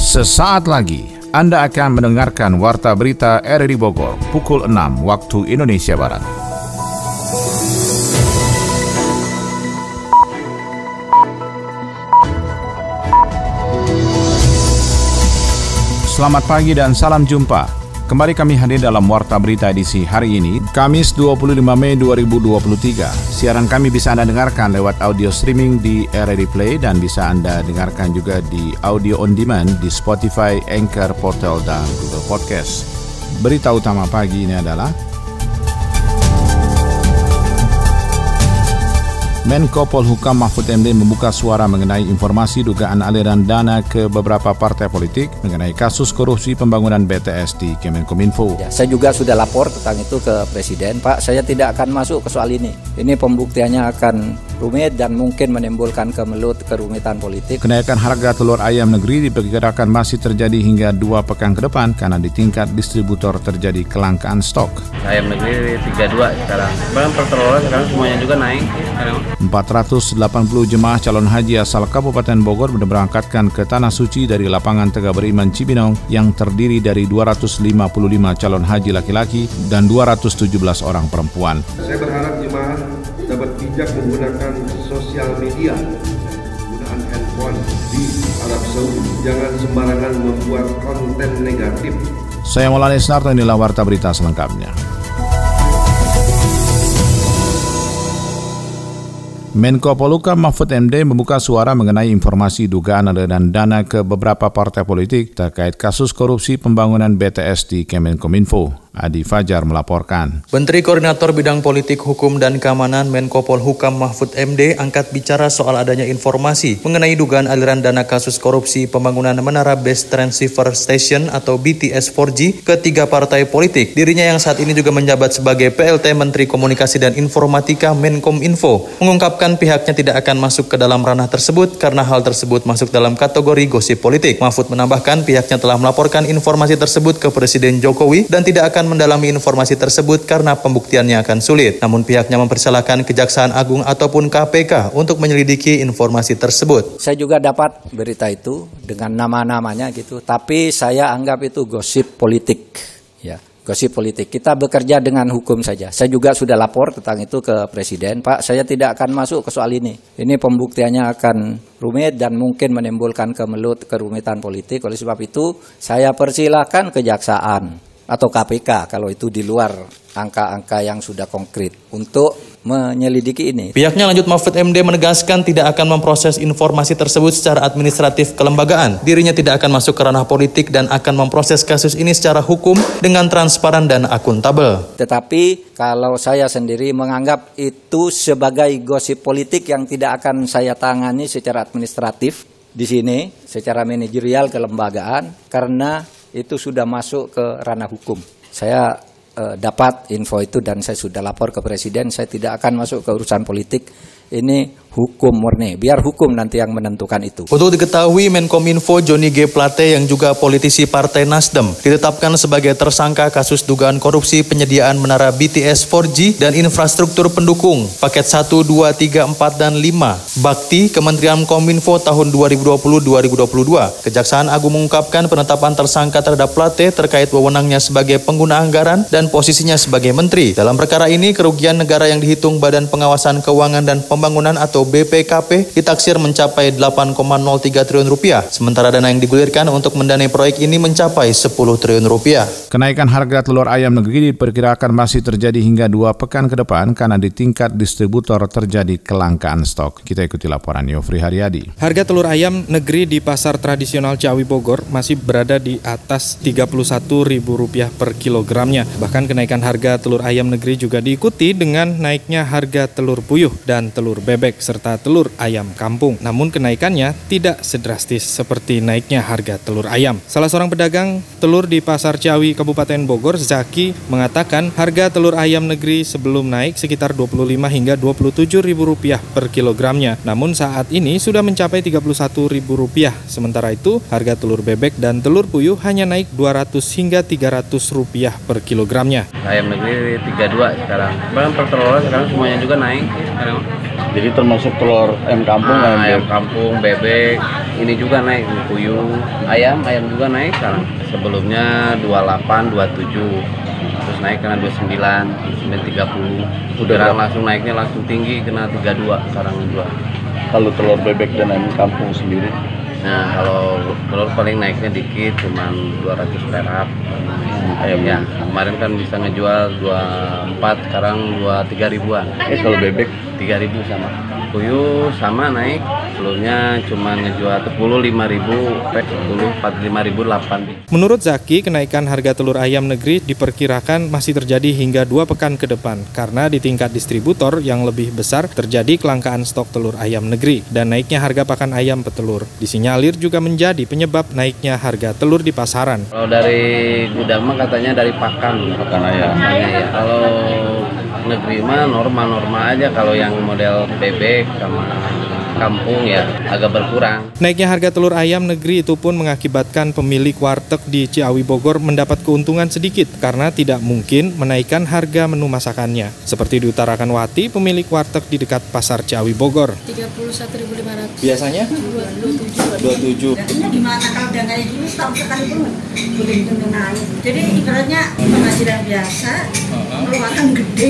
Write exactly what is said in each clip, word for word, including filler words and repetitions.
Sesaat lagi Anda akan mendengarkan Warta Berita R R I Bogor pukul enam waktu Indonesia Barat. Selamat pagi dan salam jumpa. Kembali kami hadir dalam Warta Berita edisi hari ini, Kamis dua puluh lima Mei dua ribu dua puluh tiga. Siaran kami bisa Anda dengarkan lewat audio streaming di R R I Play dan bisa Anda dengarkan juga di audio on demand di Spotify, Anchor, Portal, dan Google Podcast. Berita utama pagi ini adalah Menko Polhukam Mahfud M D membuka suara mengenai informasi dugaan aliran dana ke beberapa partai politik mengenai kasus korupsi pembangunan B T S di Kemenkominfo. Ya, saya juga sudah lapor tentang itu ke Presiden, Pak. Saya tidak akan masuk ke soal ini. Ini pembuktiannya akan rumit dan mungkin menimbulkan kemelut kerumitan politik. Kenaikan harga telur ayam negeri diperkirakan masih terjadi hingga dua pekan ke depan karena di tingkat distributor terjadi kelangkaan stok. Ayam negeri tiga puluh dua sekarang. Bahkan perteluran sekarang semuanya juga naik. empat ratus delapan puluh jemaah calon haji asal Kabupaten Bogor diberangkatkan ke Tanah Suci dari lapangan Tegak Beriman Cibinong yang terdiri dari dua ratus lima puluh lima calon haji laki-laki dan dua ratus tujuh belas orang perempuan. Saya berharap jemaah dapat bijak menggunakan sosial media, penggunaan handphone di Arab Saudi. Jangan sembarangan membuat konten negatif. Saya Maulana Isnarto, inilah Warta Berita selengkapnya. Menko Polhukam Mahfud M D membuka suara mengenai informasi dugaan aliran dana ke beberapa partai politik terkait kasus korupsi pembangunan B T S di Kemenkominfo. Adi Fajar melaporkan. Menteri Koordinator Bidang Politik, Hukum, dan Keamanan Menko Polhukam Mahfud M D angkat bicara soal adanya informasi mengenai dugaan aliran dana kasus korupsi pembangunan Menara Base Transceiver Station atau B T S empat G ke tiga partai politik. Dirinya yang saat ini juga menjabat sebagai P L T Menteri Komunikasi dan Informatika Menkominfo mengungkapkan pihaknya tidak akan masuk ke dalam ranah tersebut karena hal tersebut masuk dalam kategori gosip politik. Mahfud menambahkan pihaknya telah melaporkan informasi tersebut ke Presiden Jokowi dan tidak akan mendalami informasi tersebut karena pembuktiannya akan sulit. Namun pihaknya mempersilahkan Kejaksaan Agung ataupun K P K untuk menyelidiki informasi tersebut. Saya juga dapat berita itu dengan nama-namanya gitu, tapi saya anggap itu gosip politik. Ya, gosip politik. Kita bekerja dengan hukum saja. Saya juga sudah lapor tentang itu ke Presiden, Pak. Saya tidak akan masuk ke soal ini. Ini pembuktiannya akan rumit dan mungkin menimbulkan kemelut kerumitan politik. Oleh sebab itu, saya persilahkan Kejaksaan atau K P K kalau itu di luar angka-angka yang sudah konkret untuk menyelidiki ini. Pihaknya lanjut Mahfud M D menegaskan tidak akan memproses informasi tersebut secara administratif kelembagaan. Dirinya tidak akan masuk ke ranah politik dan akan memproses kasus ini secara hukum dengan transparan dan akuntabel. Tetapi kalau saya sendiri menganggap itu sebagai gosip politik yang tidak akan saya tangani secara administratif di sini, secara manajerial kelembagaan, karena itu sudah masuk ke ranah hukum. Saya eh, dapat info itu dan saya sudah lapor ke Presiden. Saya tidak akan masuk ke urusan politik. Ini hukum murni. Biar hukum nanti yang menentukan itu. Untuk diketahui, Menkominfo Johnny G. Plate yang juga politisi Partai Nasdem ditetapkan sebagai tersangka kasus dugaan korupsi penyediaan menara B T S empat G dan infrastruktur pendukung paket satu, dua, tiga, empat, dan lima Bakti Kementerian Kominfo tahun dua ribu dua puluh sampai dua ribu dua puluh dua. Kejaksaan Agung mengungkapkan penetapan tersangka terhadap Plate terkait wewenangnya sebagai pengguna anggaran dan posisinya sebagai menteri. Dalam perkara ini, kerugian negara yang dihitung Badan Pengawasan Keuangan dan Pembangunan atau B P K P ditaksir mencapai delapan koma nol tiga triliun rupiah. Sementara dana yang digulirkan untuk mendanai proyek ini mencapai sepuluh triliun rupiah. Kenaikan harga telur ayam negeri diperkirakan masih terjadi hingga dua pekan ke depan karena di tingkat distributor terjadi kelangkaan stok. Kita ikuti laporan Yofri Haryadi. Harga telur ayam negeri di pasar tradisional Ciawi Bogor masih berada di atas tiga puluh satu ribu rupiah per kilogramnya. Bahkan kenaikan harga telur ayam negeri juga diikuti dengan naiknya harga telur puyuh dan telur bebek serta telur ayam kampung. Namun kenaikannya tidak sedrastis seperti naiknya harga telur ayam. Salah seorang pedagang telur di Pasar Ciawi, Kabupaten Bogor, Zaki, mengatakan harga telur ayam negeri sebelum naik sekitar dua puluh lima hingga dua puluh tujuh ribu rupiah per kilogramnya. Namun saat ini sudah mencapai tiga puluh satu ribu rupiah. Sementara itu harga telur bebek dan telur puyuh hanya naik dua ratus hingga tiga ratus rupiah per kilogramnya. Ayam negeri tiga puluh dua sekarang. Bahkan perteluran sekarang semuanya juga naik. Jadi termasuk telur ayam kampung, nah, ayam, ayam kampung, bebek, ini juga naik, puyuh, ayam, ayam juga naik sekarang. Sebelumnya dua puluh delapan, dua puluh tujuh, terus naik kena dua puluh sembilan, sembilan tiga puluh. Udah langsung naiknya langsung tinggi kena tiga puluh dua sekarang jual. Kalau telur bebek dan ayam kampung sendiri? Nah, kalau telur paling naiknya dikit, cuma dua ratus perak. Hmm, ayamnya kemarin kan bisa ngejual dua puluh empat, sekarang dua puluh tiga ribuan. Eh kalau bebek tiga ribu sama. Puyuh sama naik, sebelumnya cuma ngejual sepuluh, lima ribu, sepuluh, empat puluh lima ribu, delapan. Menurut Zaki, kenaikan harga telur ayam negeri diperkirakan masih terjadi hingga dua pekan ke depan karena di tingkat distributor yang lebih besar terjadi kelangkaan stok telur ayam negeri dan naiknya harga pakan ayam petelur. Disinyalir juga menjadi penyebab naiknya harga telur di pasaran. Kalau dari gudang mah katanya dari pakan, pakan ayam. Ya. Kalau negeri mah normal-normal aja, kalau yang model bebek sama kampung ya agak berkurang. Naiknya harga telur ayam negeri itu pun mengakibatkan pemilik warteg di Ciawi Bogor mendapat keuntungan sedikit karena tidak mungkin menaikkan harga menu masakannya. Seperti diutarakan Wati, pemilik warteg di dekat Pasar Ciawi Bogor. tiga puluh satu ribu lima ratus. Biasanya? dua puluh tujuh. dua puluh tujuh. Ini gimana kalau udah kayak gini setahun sekali pun boleh naik. Jadi ibaratnya penghasilan biasa, pengeluaran gede.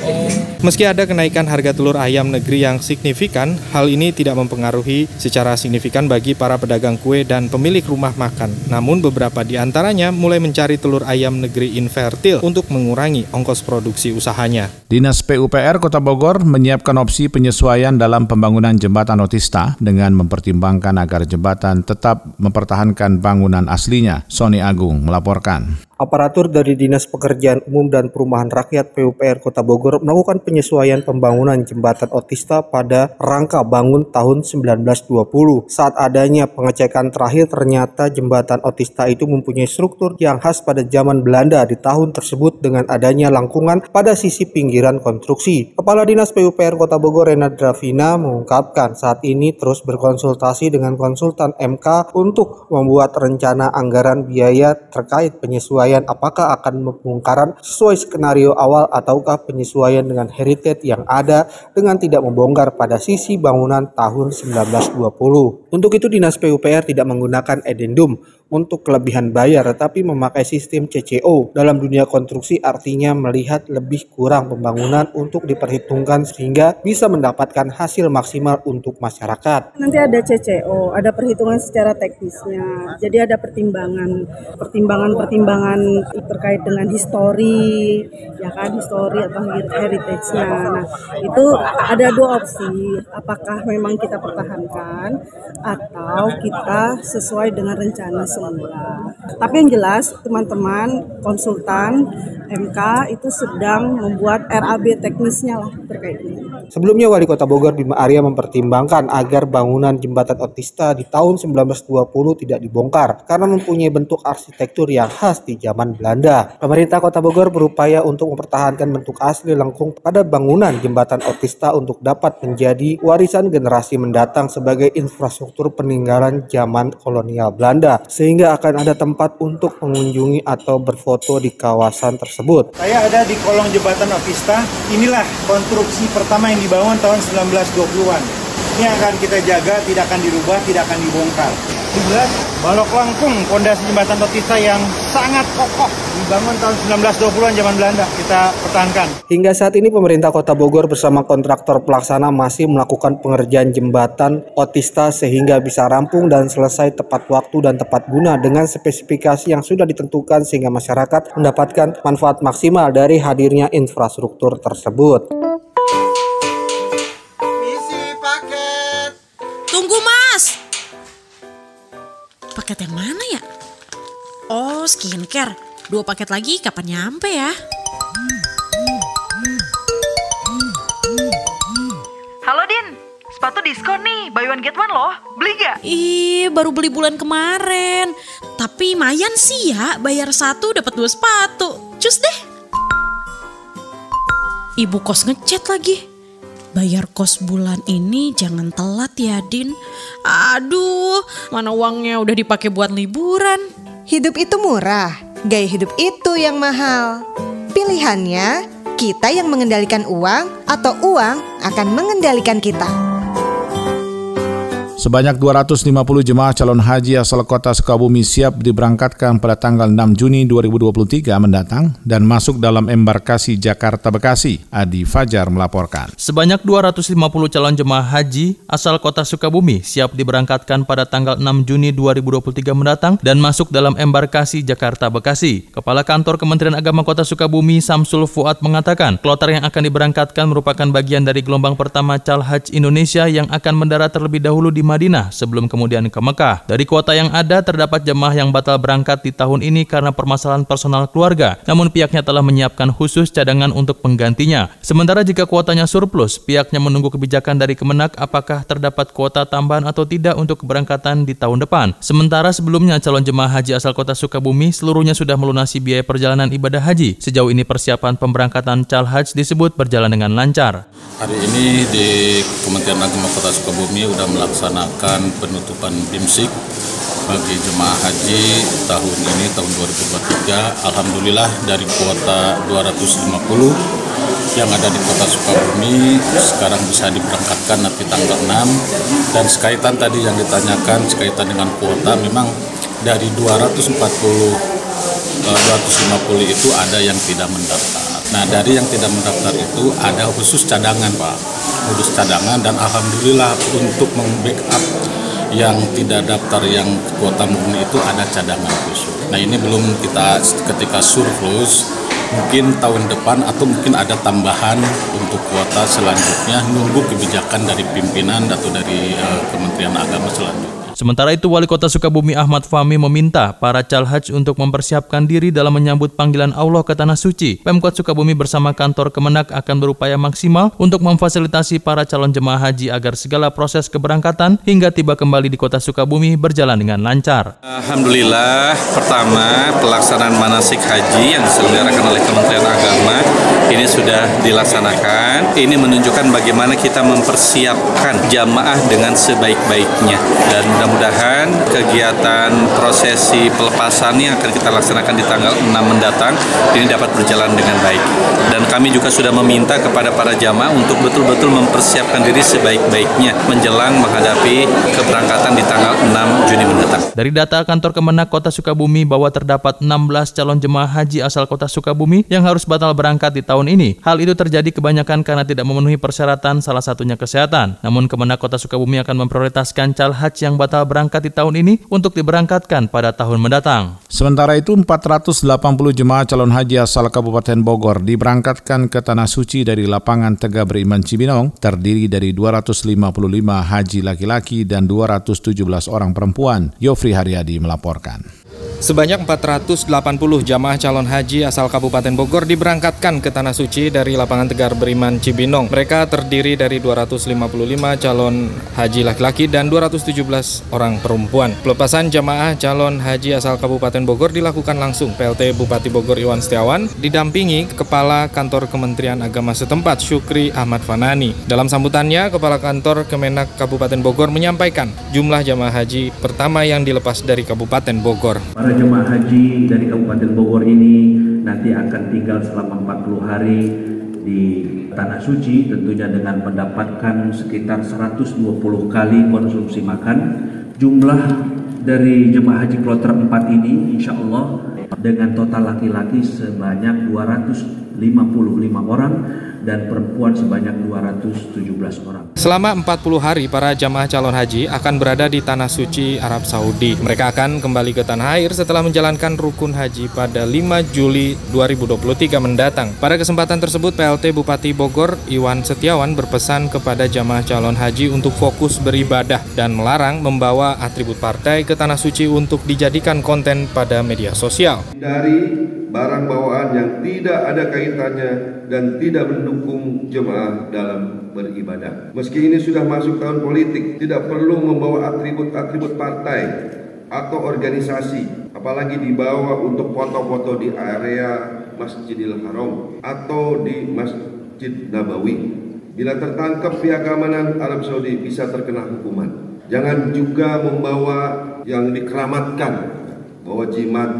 Meski ada kenaikan harga telur ayam negeri yang signifikan, hal ini tidak mempengaruhi secara signifikan bagi para pedagang kue dan pemilik rumah makan. Namun beberapa di antaranya mulai mencari telur ayam negeri invertil untuk mengurangi ongkos produksi usahanya. Dinas P U P R Kota Bogor menyiapkan opsi penyesuaian dalam pembangunan jembatan Otista dengan mempertimbangkan agar jembatan tetap mempertahankan bangunan aslinya. Sony Agung melaporkan. Aparatur dari Dinas Pekerjaan Umum dan Perumahan Rakyat P U P R Kota Bogor melakukan penyesuaian pembangunan jembatan Otista pada rangka bangun tahun sembilan belas dua puluh. Saat adanya pengecekan terakhir, ternyata jembatan Otista itu mempunyai struktur yang khas pada zaman Belanda di tahun tersebut dengan adanya langkungan pada sisi pinggiran konstruksi. Kepala Dinas P U P R Kota Bogor Renat Dravina mengungkapkan saat ini terus berkonsultasi dengan konsultan M K untuk membuat rencana anggaran biaya terkait penyesuaian apakah akan pembongkaran sesuai skenario awal ataukah penyesuaian dengan heritage yang ada dengan tidak membongkar pada sisi bangunan tahun sembilan belas dua puluh. Untuk itu Dinas P U P R tidak menggunakan addendum untuk kelebihan bayar tetapi memakai sistem C C O. Dalam dunia konstruksi artinya melihat lebih kurang pembangunan untuk diperhitungkan sehingga bisa mendapatkan hasil maksimal untuk masyarakat. Nanti ada C C O, ada perhitungan secara teknisnya. Jadi ada pertimbangan, pertimbangan-pertimbangan terkait dengan histori, ya kan, histori atau heritage-nya. Nah, itu ada dua opsi, apakah memang kita pertahankan atau kita sesuai dengan rencana semula. Tapi yang jelas teman-teman konsultan M K itu sedang membuat R A B teknisnya lah terkait ini. Sebelumnya Wali Kota Bogor Bima Arya mempertimbangkan agar bangunan jembatan Otista di tahun sembilan belas dua puluh tidak dibongkar karena mempunyai bentuk arsitektur yang khas di zaman Belanda. Pemerintah Kota Bogor berupaya untuk mempertahankan bentuk asli lengkung pada bangunan jembatan Otista untuk dapat menjadi warisan generasi mendatang sebagai infrastruktur peninggalan zaman kolonial Belanda, sehingga akan ada tempat untuk mengunjungi atau berfoto di kawasan tersebut. Saya ada di kolong jembatan Otista. Inilah konstruksi pertama yang dibangun tahun sembilan belas dua puluhan. Ini akan kita jaga, tidak akan dirubah, tidak akan dibongkar. Jelas balok langkung pondasi jembatan Otista yang sangat kokoh dibangun tahun sembilan belas dua puluhan zaman Belanda, kita pertahankan. Hingga saat ini pemerintah Kota Bogor bersama kontraktor pelaksana masih melakukan pengerjaan jembatan Otista sehingga bisa rampung dan selesai tepat waktu dan tepat guna dengan spesifikasi yang sudah ditentukan sehingga masyarakat mendapatkan manfaat maksimal dari hadirnya infrastruktur tersebut. Tunggu Mas. Paket yang mana ya? Oh, skincare. Dua paket lagi kapan nyampe ya? Halo Din, sepatu diskon nih, buy one get one loh. Beli gak? Ih, baru beli bulan kemarin. Tapi lumayan sih ya, bayar satu dapat dua sepatu. Cus deh. Ibu kos ngechat lagi. Bayar kos bulan ini jangan telat ya Din. Aduh, mana uangnya udah dipakai buat liburan. Hidup itu murah, gaya hidup itu yang mahal. Pilihannya, kita yang mengendalikan uang atau uang akan mengendalikan kita. Sebanyak dua ratus lima puluh jemaah calon haji asal kota Sukabumi siap diberangkatkan pada tanggal enam Juni dua ribu dua puluh tiga mendatang dan masuk dalam embarkasi Jakarta Bekasi. Adi Fajar melaporkan. Sebanyak dua ratus lima puluh calon jemaah haji asal kota Sukabumi siap diberangkatkan pada tanggal enam Juni dua ribu dua puluh tiga mendatang dan masuk dalam embarkasi Jakarta Bekasi. Kepala Kantor Kementerian Agama Kota Sukabumi Samsul Fuad mengatakan, kloter yang akan diberangkatkan merupakan bagian dari gelombang pertama Cal Haji Indonesia yang akan mendarat terlebih dahulu di Madinah sebelum kemudian ke Mekah. Dari kuota yang ada, terdapat jemaah yang batal berangkat di tahun ini karena permasalahan personal keluarga. Namun pihaknya telah menyiapkan khusus cadangan untuk penggantinya. Sementara jika kuotanya surplus, pihaknya menunggu kebijakan dari Kemenak apakah terdapat kuota tambahan atau tidak untuk keberangkatan di tahun depan. Sementara sebelumnya calon jemaah haji asal kota Sukabumi seluruhnya sudah melunasi biaya perjalanan ibadah haji. Sejauh ini persiapan pemberangkatan Cal Haji disebut berjalan dengan lancar. Hari ini di Kementerian Agama Kota Sukabumi sudah melaksanakan penutupan B I M S I K bagi jemaah haji tahun ini, tahun dua ribu dua puluh tiga. Alhamdulillah dari kuota dua ratus lima puluh yang ada di Kota Sukabumi sekarang bisa diberangkatkan nanti tanggal enam. Dan sekaitan tadi yang ditanyakan sekaitan dengan kuota, memang dari dua ratus empat puluh, dua ratus lima puluh itu ada yang tidak mendaftar. Nah, dari yang tidak mendaftar itu ada khusus cadangan, Pak. Khusus cadangan, dan alhamdulillah untuk membackup yang tidak daftar yang kuota murni itu ada cadangan khusus. Nah, ini belum kita ketika surplus, mungkin tahun depan atau mungkin ada tambahan untuk kuota selanjutnya, nunggu kebijakan dari pimpinan atau dari uh, Kementerian Agama selanjutnya. Sementara itu, Wali Kota Sukabumi Ahmad Fahmi meminta para Cal Haji untuk mempersiapkan diri dalam menyambut panggilan Allah ke Tanah Suci. Pemkot Sukabumi bersama kantor Kemenak akan berupaya maksimal untuk memfasilitasi para calon jemaah haji agar segala proses keberangkatan hingga tiba kembali di Kota Sukabumi berjalan dengan lancar. Alhamdulillah, pertama pelaksanaan manasik haji yang diselenggarakan oleh Kementerian Agama ini sudah dilaksanakan. Ini menunjukkan bagaimana kita mempersiapkan jamaah dengan sebaik-baiknya, dan mudah-mudahan kegiatan prosesi pelepasannya akan kita laksanakan di tanggal enam mendatang ini dapat berjalan dengan baik. Dan kami juga sudah meminta kepada para jamaah untuk betul-betul mempersiapkan diri sebaik-baiknya menjelang menghadapi keberangkatan di tanggal enam Juni mendatang. Dari data kantor Kemenak Kota Sukabumi bahwa terdapat enam belas calon jemaah haji asal Kota Sukabumi yang harus batal berangkat di tahun ini. Hal itu terjadi kebanyakan karena tidak memenuhi persyaratan, salah satunya kesehatan. Namun Kemenak Kota Sukabumi akan memprioritaskan Cal Haji yang batal berangkat di tahun ini untuk diberangkatkan pada tahun mendatang. Sementara itu, empat ratus delapan puluh jemaah calon haji asal Kabupaten Bogor diberangkatkan ke Tanah Suci dari lapangan Tegak Beriman Cibinong, terdiri dari dua ratus lima puluh lima haji laki-laki dan dua ratus tujuh belas orang perempuan. Yofri Haryadi melaporkan. Sebanyak empat ratus delapan puluh jamaah calon haji asal Kabupaten Bogor diberangkatkan ke Tanah Suci dari lapangan Tegar Beriman Cibinong. Mereka terdiri dari dua ratus lima puluh lima calon haji laki-laki dan dua ratus tujuh belas orang perempuan. Pelepasan jamaah calon haji asal Kabupaten Bogor dilakukan langsung P L T Bupati Bogor Iwan Setiawan didampingi Kepala Kantor Kementerian Agama setempat Syukri Ahmad Fanani. Dalam sambutannya, Kepala Kantor Kemenak Kabupaten Bogor menyampaikan jumlah jamaah haji pertama yang dilepas dari Kabupaten Bogor. Para jemaah haji dari Kabupaten Bogor ini nanti akan tinggal selama empat puluh hari di Tanah Suci, tentunya dengan mendapatkan sekitar seratus dua puluh kali konsumsi makan. Jumlah dari jemaah haji kloter empat ini insya Allah dengan total laki-laki sebanyak dua ratus lima puluh lima orang dan perempuan sebanyak dua ratus tujuh belas orang. Selama empat puluh hari, para jamaah calon haji akan berada di Tanah Suci, Arab Saudi. Mereka akan kembali ke tanah air setelah menjalankan rukun haji pada lima Juli dua ribu dua puluh tiga mendatang. Pada kesempatan tersebut, P L T Bupati Bogor Iwan Setiawan berpesan kepada jamaah calon haji untuk fokus beribadah dan melarang membawa atribut partai ke Tanah Suci untuk dijadikan konten pada media sosial. Dari barang bawaan yang tidak ada kaitannya dan tidak mendukung jemaah dalam beribadah. Meski ini sudah masuk tahun politik, tidak perlu membawa atribut-atribut partai atau organisasi, apalagi dibawa untuk foto-foto di area Masjidil Haram atau di Masjid Nabawi. Bila tertangkap pihak keamanan Arab Saudi bisa terkena hukuman. Jangan juga membawa yang dikeramatkan, bahwa jimat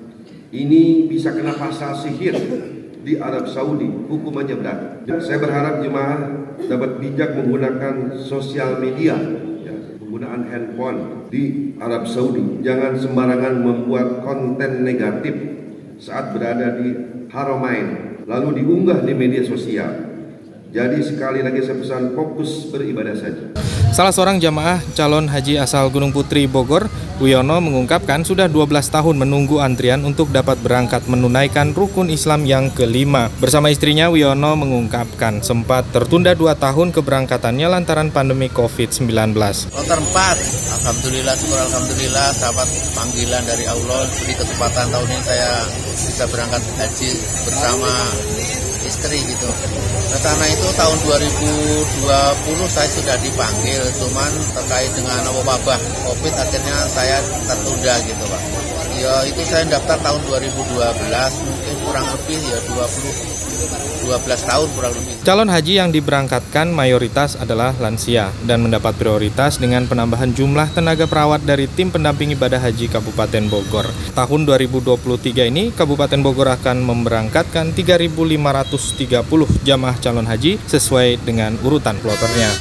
ini bisa kena pasal sihir di Arab Saudi, hukumannya berat. Saya berharap jemaah dapat bijak menggunakan sosial media, ya, penggunaan handphone di Arab Saudi. Jangan sembarangan membuat konten negatif saat berada di Haramain, lalu diunggah di media sosial. Jadi sekali lagi saya pesan, fokus beribadah saja. Salah seorang jamaah calon haji asal Gunung Putri Bogor, Wiono, mengungkapkan sudah dua belas tahun menunggu antrian untuk dapat berangkat menunaikan rukun Islam yang kelima. Bersama istrinya, Wiono mengungkapkan sempat tertunda dua tahun keberangkatannya lantaran pandemi covid sembilan belas. Kloter empat, Alhamdulillah, syukur Alhamdulillah, dapat panggilan dari Allah. Di kesempatan tahun ini saya bisa berangkat haji bersama istri gitu. Karena itu tahun dua ribu dua puluh saya sudah dipanggil, cuman terkait dengan wabah Covid akhirnya saya tertunda gitu Pak. Ya itu saya daftar tahun dua ribu dua belas, mungkin kurang lebih ya dua puluh dua belas tahun kurang lebih. Calon haji yang diberangkatkan mayoritas adalah lansia dan mendapat prioritas dengan penambahan jumlah tenaga perawat dari tim pendamping ibadah haji Kabupaten Bogor. Tahun dua ribu dua puluh tiga ini Kabupaten Bogor akan memberangkatkan tiga ribu lima ratus tiga puluh jamaah calon haji sesuai dengan urutan kloternya.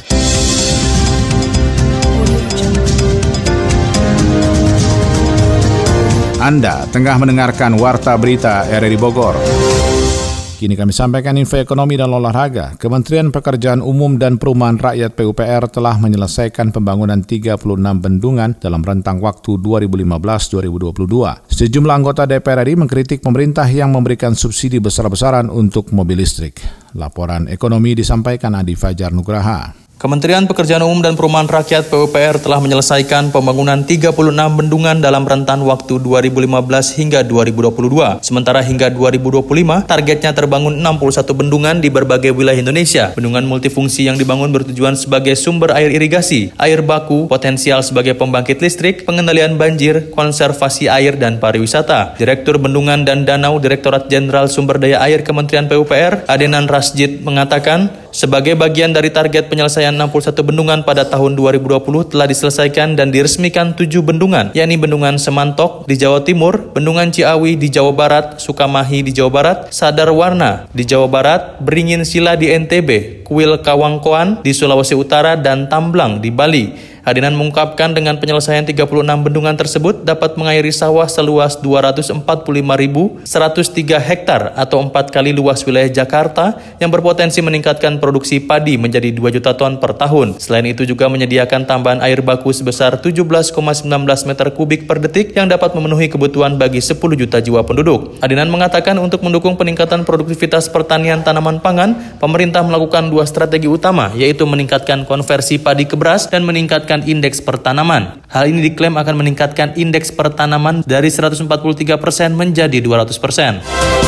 Anda tengah mendengarkan Warta Berita R R I Bogor. Kini kami sampaikan info ekonomi dan olahraga. Kementerian Pekerjaan Umum dan Perumahan Rakyat P U P R telah menyelesaikan pembangunan tiga puluh enam bendungan dalam rentang waktu dua ribu lima belas sampai dua ribu dua puluh dua. Sejumlah anggota D P R R I mengkritik pemerintah yang memberikan subsidi besar-besaran untuk mobil listrik. Laporan ekonomi disampaikan Adi Fajar Nugraha. Kementerian Pekerjaan Umum dan Perumahan Rakyat P U P R telah menyelesaikan pembangunan tiga puluh enam bendungan dalam rentan waktu dua ribu lima belas hingga dua ribu dua puluh dua. Sementara hingga dua ribu dua puluh lima, targetnya terbangun enam puluh satu bendungan di berbagai wilayah Indonesia. Bendungan multifungsi yang dibangun bertujuan sebagai sumber air irigasi, air baku, potensial sebagai pembangkit listrik, pengendalian banjir, konservasi air, dan pariwisata. Direktur Bendungan dan Danau Direktorat Jenderal Sumber Daya Air Kementerian P U P R, Adenan Rasjid, mengatakan, sebagai bagian dari target penyelesaian enam puluh satu bendungan pada tahun dua ribu dua puluh telah diselesaikan dan diresmikan tujuh bendungan, yakni Bendungan Semantok di Jawa Timur, Bendungan Ciawi di Jawa Barat, Sukamahi di Jawa Barat, Sadar Warna di Jawa Barat, Beringin Sila di N T B, Kuil Kawangkoan di Sulawesi Utara, dan Tamblang di Bali. Adinan mengungkapkan dengan penyelesaian tiga puluh enam bendungan tersebut dapat mengairi sawah seluas dua ratus empat puluh lima ribu seratus tiga hektar atau empat kali luas wilayah Jakarta yang berpotensi meningkatkan produksi padi menjadi dua juta ton per tahun. Selain itu juga menyediakan tambahan air baku sebesar tujuh belas koma satu sembilan meter kubik per detik yang dapat memenuhi kebutuhan bagi sepuluh juta jiwa penduduk. Adinan mengatakan untuk mendukung peningkatan produktivitas pertanian tanaman pangan, pemerintah melakukan dua strategi utama, yaitu meningkatkan konversi padi ke beras dan meningkatkan indeks pertanaman. Hal ini diklaim akan meningkatkan indeks pertanaman dari seratus empat puluh tiga persen menjadi dua ratus persen.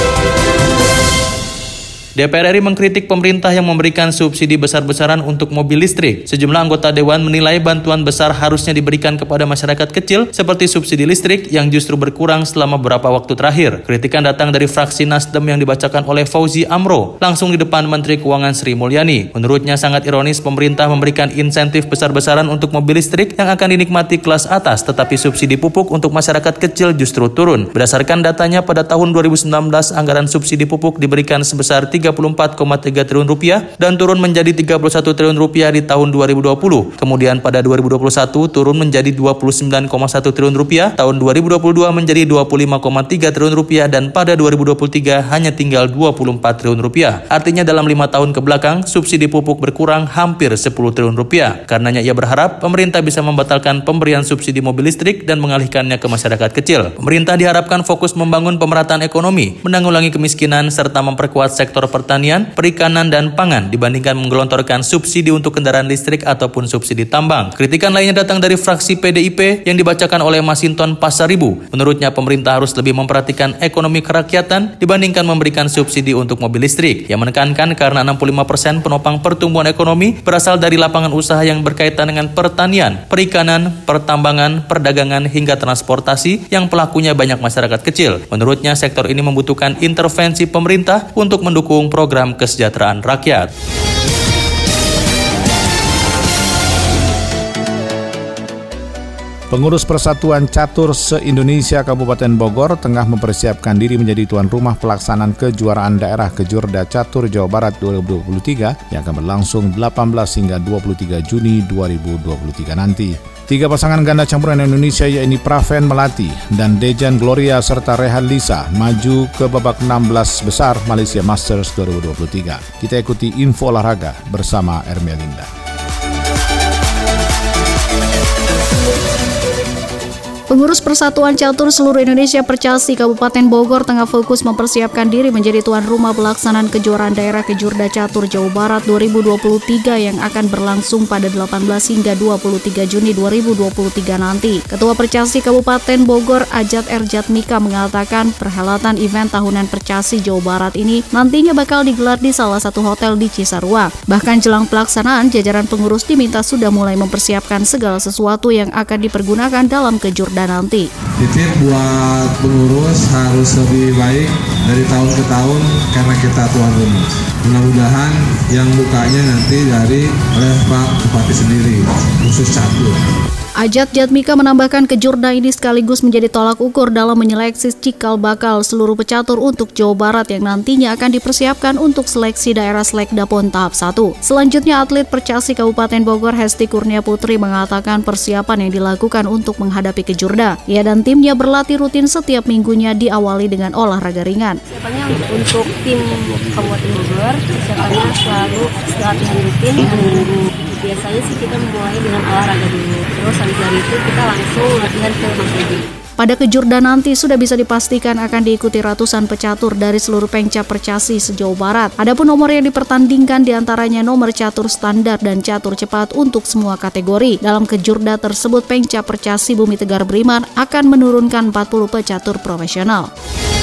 D P R R I mengkritik pemerintah yang memberikan subsidi besar-besaran untuk mobil listrik. Sejumlah anggota Dewan menilai bantuan besar harusnya diberikan kepada masyarakat kecil seperti subsidi listrik yang justru berkurang selama beberapa waktu terakhir. Kritikan datang dari fraksi Nasdem yang dibacakan oleh Fauzi Amro langsung di depan Menteri Keuangan Sri Mulyani. Menurutnya sangat ironis pemerintah memberikan insentif besar-besaran untuk mobil listrik yang akan dinikmati kelas atas, tetapi subsidi pupuk untuk masyarakat kecil justru turun. Berdasarkan datanya pada tahun dua ribu sembilan belas, anggaran subsidi pupuk diberikan sebesar tiga puluh empat koma tiga triliun rupiah dan turun menjadi tiga puluh satu triliun rupiah di tahun dua ribu dua puluh. Kemudian pada dua ribu dua puluh satu turun menjadi dua puluh sembilan koma satu triliun rupiah, tahun dua ribu dua puluh dua menjadi dua puluh lima koma tiga triliun rupiah, dan pada dua ribu dua puluh tiga hanya tinggal dua puluh empat triliun rupiah. Artinya dalam lima tahun ke belakang subsidi pupuk berkurang hampir sepuluh triliun rupiah. Karenanya ia berharap pemerintah bisa membatalkan pemberian subsidi mobil listrik dan mengalihkannya ke masyarakat kecil. Pemerintah diharapkan fokus membangun pemerataan ekonomi, menanggulangi kemiskinan serta memperkuat sektor pertanian, perikanan, dan pangan dibandingkan menggelontorkan subsidi untuk kendaraan listrik ataupun subsidi tambang. Kritikan lainnya datang dari fraksi P D I P yang dibacakan oleh Masinton Pasaribu. Menurutnya pemerintah harus lebih memperhatikan ekonomi kerakyatan dibandingkan memberikan subsidi untuk mobil listrik. Yang menekankan karena enam puluh lima persen penopang pertumbuhan ekonomi berasal dari lapangan usaha yang berkaitan dengan pertanian, perikanan, pertambangan, perdagangan, hingga transportasi yang pelakunya banyak masyarakat kecil. Menurutnya sektor ini membutuhkan intervensi pemerintah untuk mendukung program kesejahteraan rakyat. Pengurus Persatuan Catur se-Indonesia Kabupaten Bogor tengah mempersiapkan diri menjadi tuan rumah pelaksanaan kejuaraan daerah Kejurda Catur Jawa Barat dua ribu dua puluh tiga yang akan berlangsung delapan belas hingga dua puluh tiga Juni dua ribu dua puluh tiga nanti. Tiga pasangan ganda campuran Indonesia yaitu Praven Melati dan Dejan Gloria serta Rehan Lisa maju ke babak enam belas besar Malaysia Masters dua ribu dua puluh tiga. Kita ikuti info olahraga bersama Ermelinda. Pengurus Persatuan Catur seluruh Indonesia Percasi Kabupaten Bogor tengah fokus mempersiapkan diri menjadi tuan rumah pelaksanaan kejuaraan daerah Kejurda Catur Jawa Barat dua ribu dua puluh tiga yang akan berlangsung pada delapan belas hingga dua puluh tiga Juni dua ribu dua puluh tiga nanti. Ketua Percasi Kabupaten Bogor Ajat R. Jatmika mengatakan perhelatan event tahunan Percasi Jawa Barat ini nantinya bakal digelar di salah satu hotel di Cisarua. Bahkan jelang pelaksanaan, jajaran pengurus diminta sudah mulai mempersiapkan segala sesuatu yang akan dipergunakan dalam kejurda nanti. Titip buat pengurus harus lebih baik dari tahun ke tahun karena kita tuan rumah. Mudah-mudahan yang bukanya nanti dari oleh Pak Bupati sendiri, khusus catur. Ajat Jatmika menambahkan kejurda ini sekaligus menjadi tolak ukur dalam menyeleksi cikal bakal seluruh pecatur untuk Jawa Barat yang nantinya akan dipersiapkan untuk seleksi daerah Selekda PON tahap satu. Selanjutnya atlet Percasi Kabupaten Bogor Hesti Kurnia Putri mengatakan persiapan yang dilakukan untuk menghadapi kejurda. Ia dan timnya berlatih rutin setiap minggunya diawali dengan olahraga ringan. Persiapannya untuk tim Kabupaten Bogor, persiapannya selalu latihan rutin hari Minggu. Biasanya sih kita mulai dengan olahraga dulu, terus habis dari itu kita langsung latihan ke Mas. Pada kejurda nanti sudah bisa dipastikan akan diikuti ratusan pecatur dari seluruh pengcap Percasi se-Jawa Barat. Adapun nomor yang dipertandingkan diantaranya nomor catur standar dan catur cepat untuk semua kategori. Dalam kejurda tersebut pengcap Percasi Bumi Tegar Beriman akan menurunkan empat puluh pecatur profesional.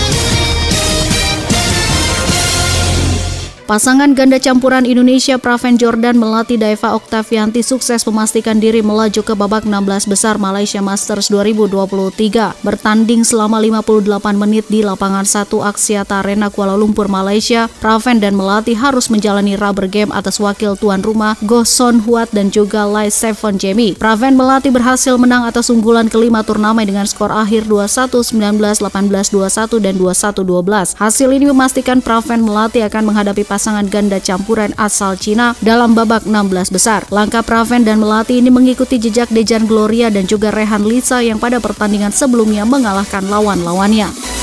Pasangan ganda campuran Indonesia Praven Jordan Melati Daeva Oktavianti sukses memastikan diri melaju ke babak enam belas besar Malaysia Masters dua ribu dua puluh tiga. Bertanding selama lima puluh delapan menit di lapangan satu Axiata Arena Kuala Lumpur, Malaysia, Praven dan Melati harus menjalani rubber game atas wakil tuan rumah Goh Son Huat dan juga Lai Seven Jamie. Praven Melati berhasil menang atas unggulan kelima turnamen dengan skor akhir dua puluh satu sembilan belas, delapan belas dua puluh satu dan dua puluh satu dua belas. Hasil ini memastikan Praven Melati akan menghadapi pasangan ganda campuran asal Cina dalam babak enam belas besar. Langkah Praven dan Melati ini mengikuti jejak Dejan Gloria dan juga Rehan Lisa yang pada pertandingan sebelumnya mengalahkan lawan-lawannya.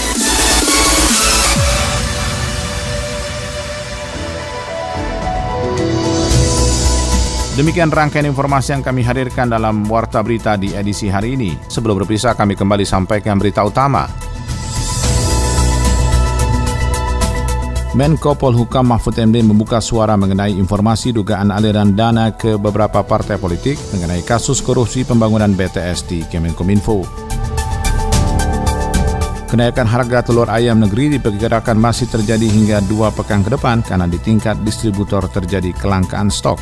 Demikian rangkaian informasi yang kami hadirkan dalam Warta Berita di edisi hari ini. Sebelum berpisah, kami kembali sampaikan berita utama. Menko Polhukam Mahfud M D membuka suara mengenai informasi dugaan aliran dana ke beberapa partai politik mengenai kasus korupsi pembangunan B T S di Kemenkominfo. Kenaikan harga telur ayam negeri diperkirakan masih terjadi hingga dua pekan ke depan karena di tingkat distributor terjadi kelangkaan stok.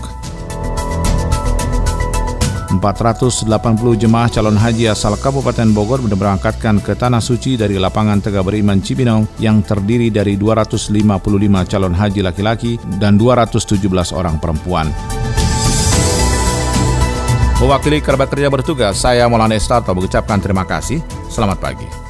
empat ratus delapan puluh jemaah calon haji asal Kabupaten Bogor diberangkatkan ke Tanah Suci dari lapangan Tegak Beriman Cibinong yang terdiri dari dua ratus lima puluh lima calon haji laki-laki dan dua ratus tujuh belas orang perempuan. Mewakili kerabat kerja bertugas, saya Maulana Estarto mengucapkan terima kasih. Selamat pagi.